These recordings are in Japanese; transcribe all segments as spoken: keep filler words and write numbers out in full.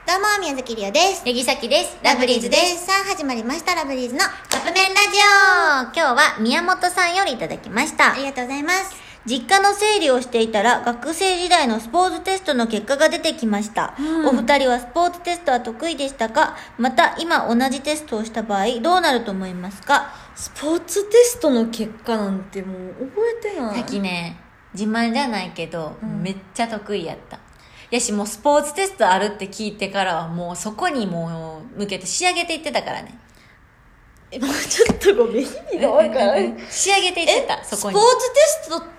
どうも、宮崎りおです。 ネギサキです。 ラブリーズです。さあ、始まりました、ラブリーズのカップ麺ラジオ。今日は宮本さんよりいただきました。 ありがとうございます。 実家の整理をしていたら、学生時代のスポーツテストの結果が出てきました。うん、お二人はスポーツテストは得意でしたか？また、今同じテストをした場合、どうなると思いますか？ スポーツテストの結果なんてもう覚えてない。 さっきね、自慢じゃないけど、うん、めっちゃ得意やった。やし、もうスポーツテストあるって聞いてからはもうそこにもう向けて仕上げていってたからね。 え、もうちょっとごめん、意味が分からん。 仕上げていってた、そこに。 スポーツテストって、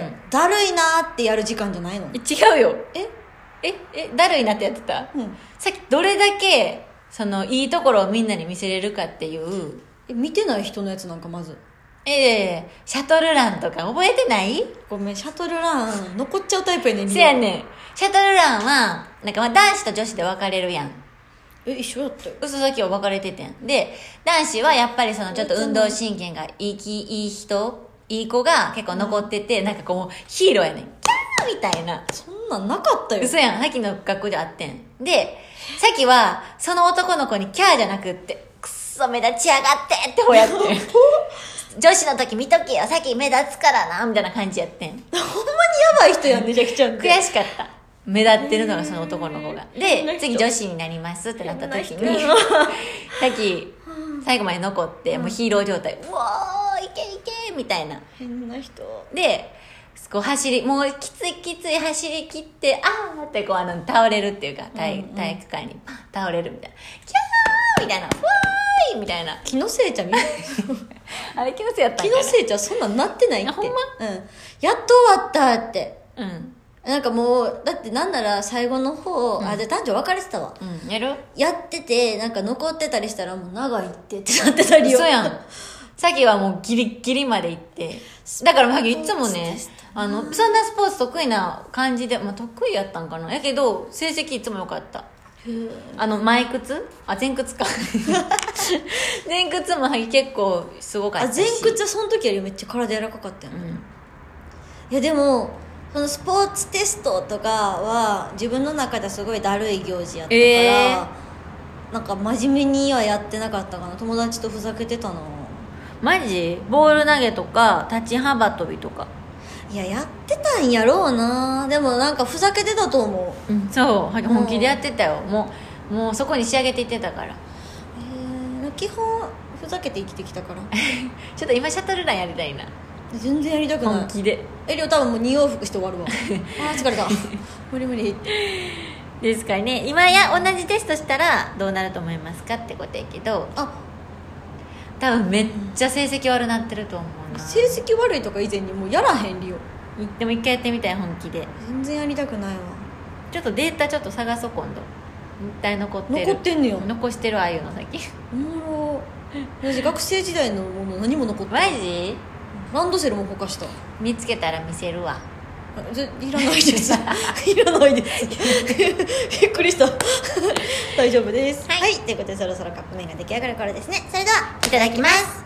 うん、だるいなーってやる時間じゃないの？ 違うよ。えええ、だるいなってやってた、うん、さっきどれだけ、その、いいところをみんなに見せれるかっていう。 え、見てない人のやつなんかまず。 ええー、シャトルランとか覚えてない？ ごめん、シャトルラン残っちゃうタイプやねん。 そうやねん。シャトルランはなんかまあ男子と女子で分かれるやん。 え、一緒だったよ。 嘘先は分かれててんで、男子はやっぱりそのちょっと運動神経がいいきいい人いい子が結構残ってて、うん、なんかこうヒーローやねん、キャーみたいな。 そんなんなかったよ。 嘘やん。さっきの学校であってんで、さっきはその男の子にキャーじゃなくって、くっそ目立ちやがってってほやって女子の時見とけよ、さっき目立つからなみたいな感じやってん。ほんまにやばい人やんね、ジャキちゃんって。 悔しかった。目立ってるのがその男の子が。で、次女子になりますってなった時に、さっき最後まで残って、もうヒーロー状態、うわーいけいけみたいな。 変な人。で、 こう走り、もうきついきつい走り切って、あーってこうあの倒れるっていうか、体, 体育館にパン倒れるみたいな。キャーみたいな。ふわーいみたいな。 気のせいちゃんみたいな。 あれ気のせいやったんか気のせいちゃんそんなんなってないって。 ほんま？ うん。やっと終わったって。うん。なんかもう、だってなんなら最後の方、うん、あ、じゃあ男女別れてたわ。 うん。やる？ やってて、なんか残ってたりしたらもう長いってってなってたりよ。 そうやん。さっきはもうギリギリまで行って。だからまぎいつもね、あの、そんなスポーツ得意な感じで、まあ得意やったんかな。やけど、成績いつも良かった。あの前屈あ前屈か前屈も結構すごかったし。 あ、前屈はその時よりめっちゃ体柔らかかったよ、うん、いやでもそのスポーツテストとかは自分の中ではすごいだるい行事やったから、えー、なんか真面目にはやってなかったかな。友達とふざけてたな。 マジ？ボール投げとか立ち幅跳びとか。 いや、やってたんやろうな。でもなんかふざけてたと思う、うん、そう本気でやってたよ、うん、もう、もうそこに仕上げていってたから。 えー、基本ふざけて生きてきたからちょっと今シャトルランやりたいな。 全然やりたくない。 本気で。 えりょう多分もうに往復して終わるわあー疲れた無理無理ですからね。今や同じテストしたらどうなると思いますかってことやけど、あ、多分めっちゃ成績悪なってると思うな。 成績悪いとか以前にもうやらへんりよ。 でも一回やってみたい、本気で。 全然やりたくないわ。 ちょっとデータちょっと探そう今度。絶対残ってる。 残ってんねよ。 残してる、ああいうの先。 おもろ。私学生時代のもの何も残ってない。 マジ？ ランドセルもほかした。 見つけたら見せるわ。 いらないですいらないですびっくりした大丈夫です。 はい、はい、ということでそろそろカップ麺が出来上がる頃ですね。それではいただきます。